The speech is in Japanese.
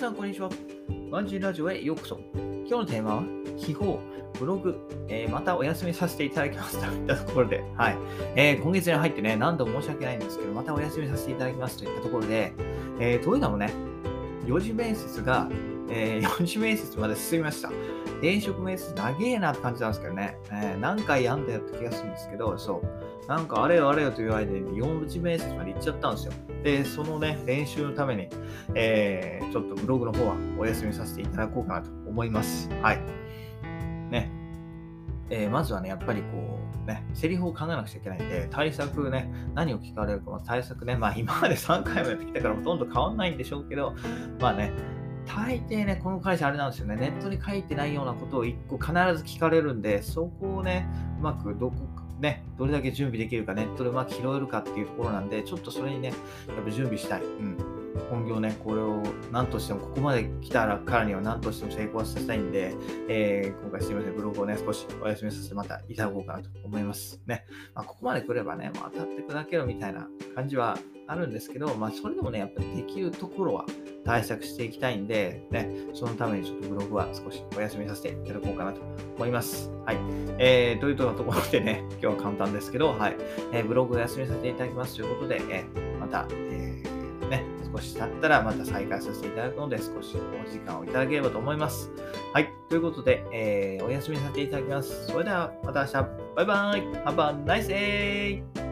さんこんにちは。ワンジーラジオへようこそ。今日のテーマは、秘宝、ブログ、またお休みさせていただきますといったところで、はい。今月に入ってね、何度も申し訳ないんですけど、またお休みさせていただきますといったところで、というのもね、4次面接が、4次面接まで進みました。転職面接長えなって感じなんですけどね、何回やんだよって気がするんですけど、そう。なんかあれよあれよという間に4次面接まで行っちゃったんですよ。で、そのね、練習のために、ちょっとブログの方はお休みさせていただこうかなと思います。はい。ね。まずはね、やっぱりこう、ね、セリフを考えなくちゃいけないんで、対策ね、何を聞かれるか、対策ね、今まで3回もやってきたからほとんど変わんないんでしょうけど、大抵ね、この会社あれなんですよね、ネットに書いてないようなことを1個必ず聞かれるんで、そこをね、うまくどれだけ準備できるか、ネットでうまく拾えるかっていうところなんで、ちょっとそれにね、やっぱ準備したい。本業ね、これを何としても、ここまで来たからには何としても成功させたいんで、今回すいません、ブログをね、少しお休みさせてまたいただこうかなと思いますね。ここまで来ればね、当たって砕けろみたいな感じはあるんですけど、それでもね、やっぱりできるところは対策していきたいんで、ね、そのためにちょっとブログは少しお休みさせていただこうかなと思います。はい。というところでね、今日は簡単ですけど、はい。ブログを休みさせていただきますということで、また、少し経ったらまた再開させていただくので、少しお時間をいただければと思います。はい。ということで、お休みさせていただきます。それではまた明日。バイバイ。Have a nice day!